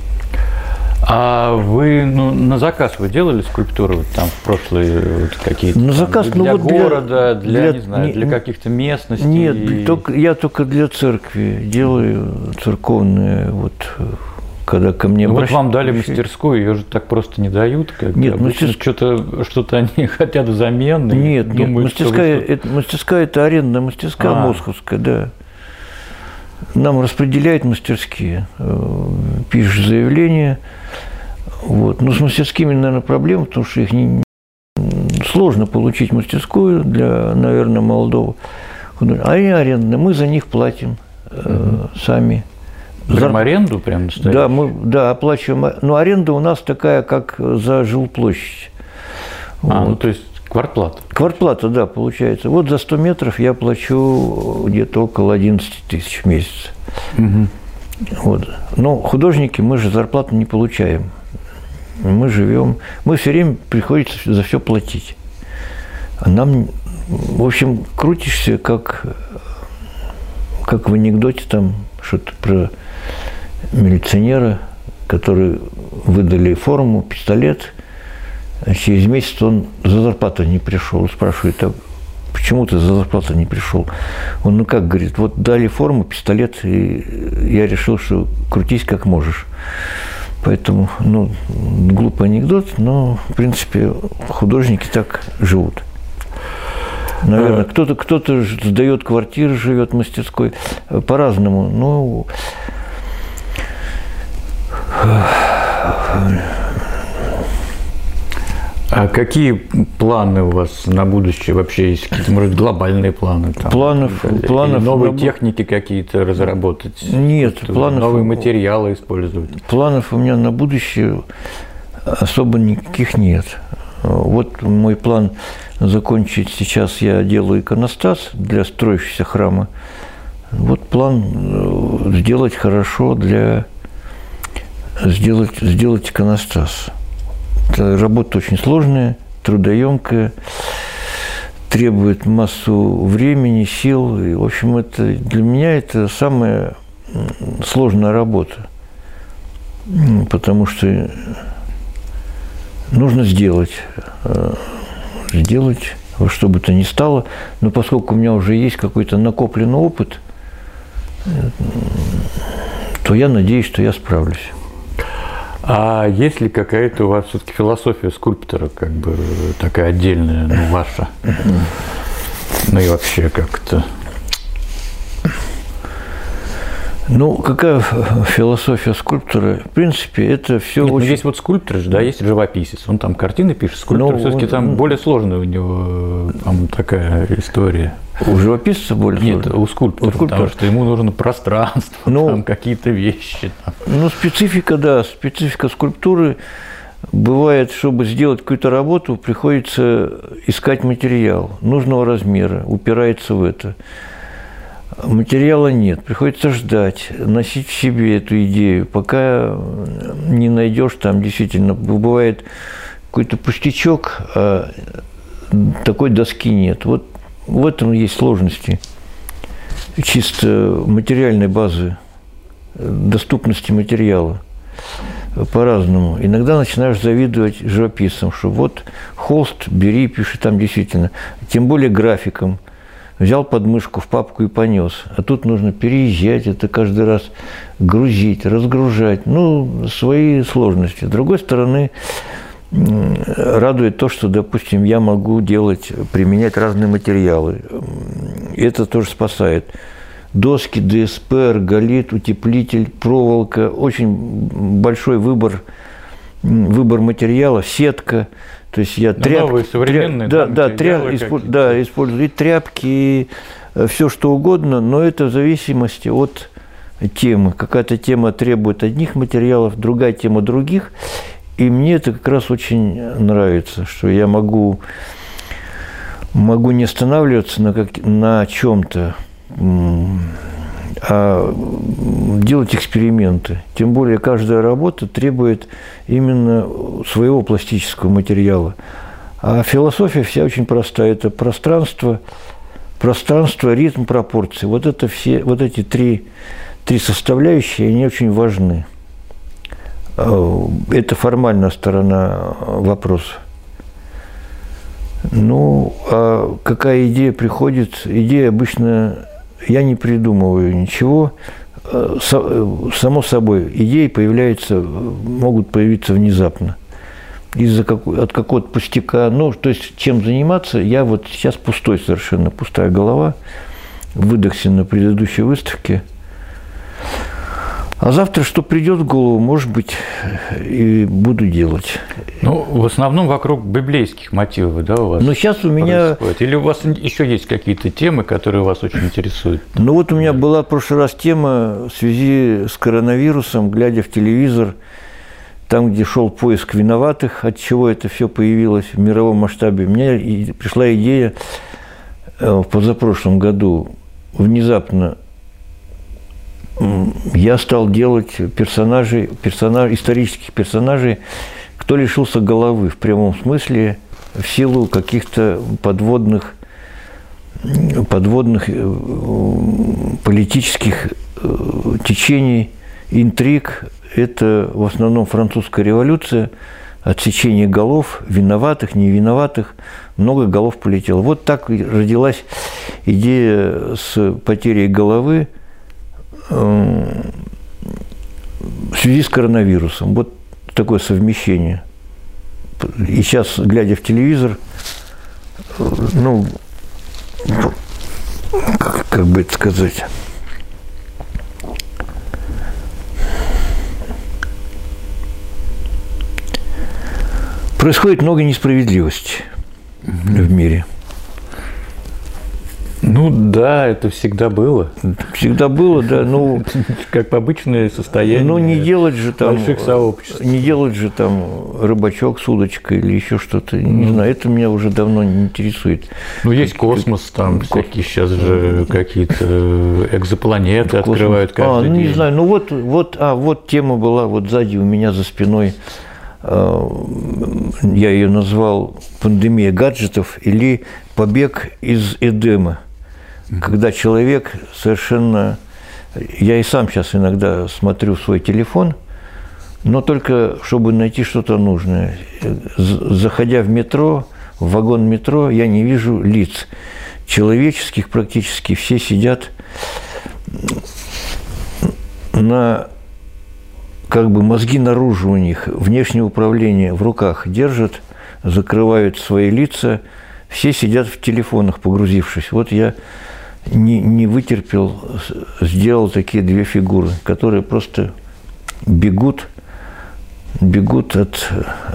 А вы, ну, на заказ вы делали скульптуры вот там в прошлые вот, какие-то?
На заказ,
для
ну, вот
города, для, для,
для,
не знаю,
не,
для каких-то местностей?
Нет, только, я только для церкви делаю церковные, вот, когда ко мне
ну, вот
обращаются.
вам дали мастерскую, ее же так просто не дают, как
нет,
обычно
мастерск...
что-то, что-то они хотят взамен.
Нет,
думают,
нет, мастерская,
что...
это, мастерская это арендная мастерская,
а.
московская, да. Нам распределяют мастерские, пишешь заявление. Вот. Но с мастерскими, наверное, проблема, потому что их не... сложно получить мастерскую для, наверное, молодого художника. А они арендные, мы за них платим э, сами.
Прям за... аренду прям настоящую?
Да, мы да, оплачиваем. Но аренда у нас такая, как за жилплощадь.
А,
вот.
Ну то есть квартплата?
Квартплата, да, получается. Вот за сто метров я плачу где-то около одиннадцать тысяч в месяц.
Угу. Вот.
Но художники, мы же зарплату не получаем. Мы живем, мы все время приходится за все платить. А нам, в общем, крутишься, как, как в анекдоте там, что-то про милиционера, который выдали форму, пистолет, а через месяц он за зарплату не пришел. Спрашивает, а почему ты за зарплату не пришел? Он, ну как, говорит, вот дали форму, пистолет, и я решил, что крутись как можешь. Поэтому, ну, глупый анекдот, но, в принципе, художники так живут. Наверное, кто-то, кто-то сдает квартиры, живет в мастерской по-разному. Но
а какие планы у вас на будущее вообще есть? Какие-то, может, глобальные планы? Там,
планов,
или
планов
новые
на...
техники какие-то разработать?
Нет, планов...
Новые материалы использовать?
Планов у меня на будущее особо никаких нет. Вот мой план закончить. Сейчас я делаю иконостас для строящегося храма. Вот план сделать хорошо для... Сделать, сделать иконостас. Это работа очень сложная, трудоемкая, требует массу времени, сил. И, в общем, это, для меня это самая сложная работа, потому что нужно сделать, сделать во что бы то ни стало. Но поскольку у меня уже есть какой-то накопленный опыт, то я надеюсь, что я справлюсь.
А есть ли какая-то у вас все-таки философия скульптора, как бы такая отдельная, ну, ваша? Ну и вообще как-то.
Ну, какая философия скульптора? В принципе, это все
Нет,
очень...
Ну, есть вот скульптор же, да, есть живописец. Он там картины пишет, скульптор
ну,
все-таки
он...
там более сложная у него там такая история.
У живописца более
Нет,
сложно?
у скульптора, у скульптора, потому что ему нужно пространство, ну, там какие-то вещи. Там.
Ну, специфика, да, специфика скульптуры. Бывает, чтобы сделать какую-то работу, приходится искать материал нужного размера, упирается в это. Материала нет, приходится ждать, носить в себе эту идею, пока не найдешь там действительно. Бывает какой-то пустячок, а такой доски нет. Вот в этом есть сложности чисто материальной базы, доступности материала по-разному. Иногда начинаешь завидовать живописцам, что вот холст, бери, пиши там действительно. Тем более графиком. Взял подмышку в папку и понес. А тут нужно переезжать, это каждый раз грузить, разгружать. Ну, свои сложности. С другой стороны, радует то, что, допустим, я могу делать, применять разные материалы. И это тоже спасает. Доски, ДСП, арголит, утеплитель, проволока. Очень большой выбор, выбор материала, сетка. То есть я тряпки,
новые, современные,
тря... да,
да,
да, тря... исп... да, использую и тряпки, и все что угодно, но это в зависимости от темы. Какая-то тема требует одних материалов, другая тема других. И мне это как раз очень нравится, что я могу, могу не останавливаться на, как... на чем-то, а делать эксперименты. Тем более каждая работа требует именно своего пластического материала. А философия вся очень простая. Это пространство, пространство, ритм, пропорции. Вот, это все, вот эти три, три составляющие, они очень важны. Это формальная сторона вопроса. Ну, а какая идея приходит? Идея обычно... Я не придумываю ничего. Само собой, идеи появляются, могут появиться внезапно. Из-за какой, от какого-то пустяка. Ну, то есть, чем заниматься, я вот сейчас пустой совершенно, пустая голова. Выдохся на предыдущей выставке. А завтра, что придет в голову, может быть, и буду делать.
Ну, в основном вокруг библейских мотивов, да, у вас?
Ну, сейчас у меня...
происходит? Или у вас еще есть какие-то темы, которые вас очень интересуют?
Ну, вот у меня была в прошлый раз тема в связи с коронавирусом, глядя в телевизор, там, где шел поиск виноватых, от чего это все появилось в мировом масштабе. У меня пришла идея в позапрошлом году внезапно. Я стал делать персонажей, персонаж, исторических персонажей, кто лишился головы в прямом смысле в силу каких-то подводных, подводных политических течений, интриг. Это в основном французская революция, отсечение голов, виноватых, невиноватых, много голов полетело. Вот так родилась идея с потерей головы в связи с коронавирусом. Вот такое совмещение. И сейчас, глядя в телевизор, ну, как, как бы это сказать, происходит много несправедливости mm-hmm. в мире.
Ну да, это всегда было.
Всегда было, да. Ну,
как обычное состояние.
Ну, не делать же там,
больших сообществ.
Не делать же там рыбачок с удочкой или еще что-то. Не mm. знаю, это меня уже давно не интересует.
Ну, есть космос, там космос. Всякие сейчас же какие-то экзопланеты космос. Открывают каждый
а, ну,
день.
Не знаю, ну вот, вот, а, вот тема была вот сзади у меня за спиной. Я ее назвал «Пандемия гаджетов» или «Побег из Эдема». Когда человек совершенно... Я и сам сейчас иногда смотрю в свой телефон, но только чтобы найти что-то нужное. Заходя в метро, в вагон метро, я не вижу лиц человеческих практически. Все сидят на... Как бы мозги наружу у них, внешнее управление в руках держат, закрывают свои лица. Все сидят в телефонах, погрузившись. Вот я... Не, не вытерпел, сделал такие две фигуры, которые просто бегут, бегут от,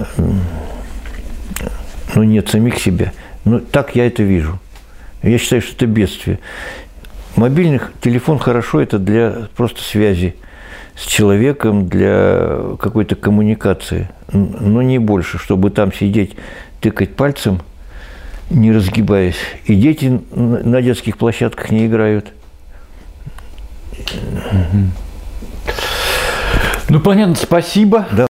ну, нет, самих себя. Ну, так я это вижу. Я считаю, что это бедствие. Мобильный телефон хорошо, это для просто связи с человеком, для какой-то коммуникации, но не больше, чтобы там сидеть, тыкать пальцем, не разгибаясь. И дети на детских площадках не играют.
Ну, понятно, спасибо.
Да.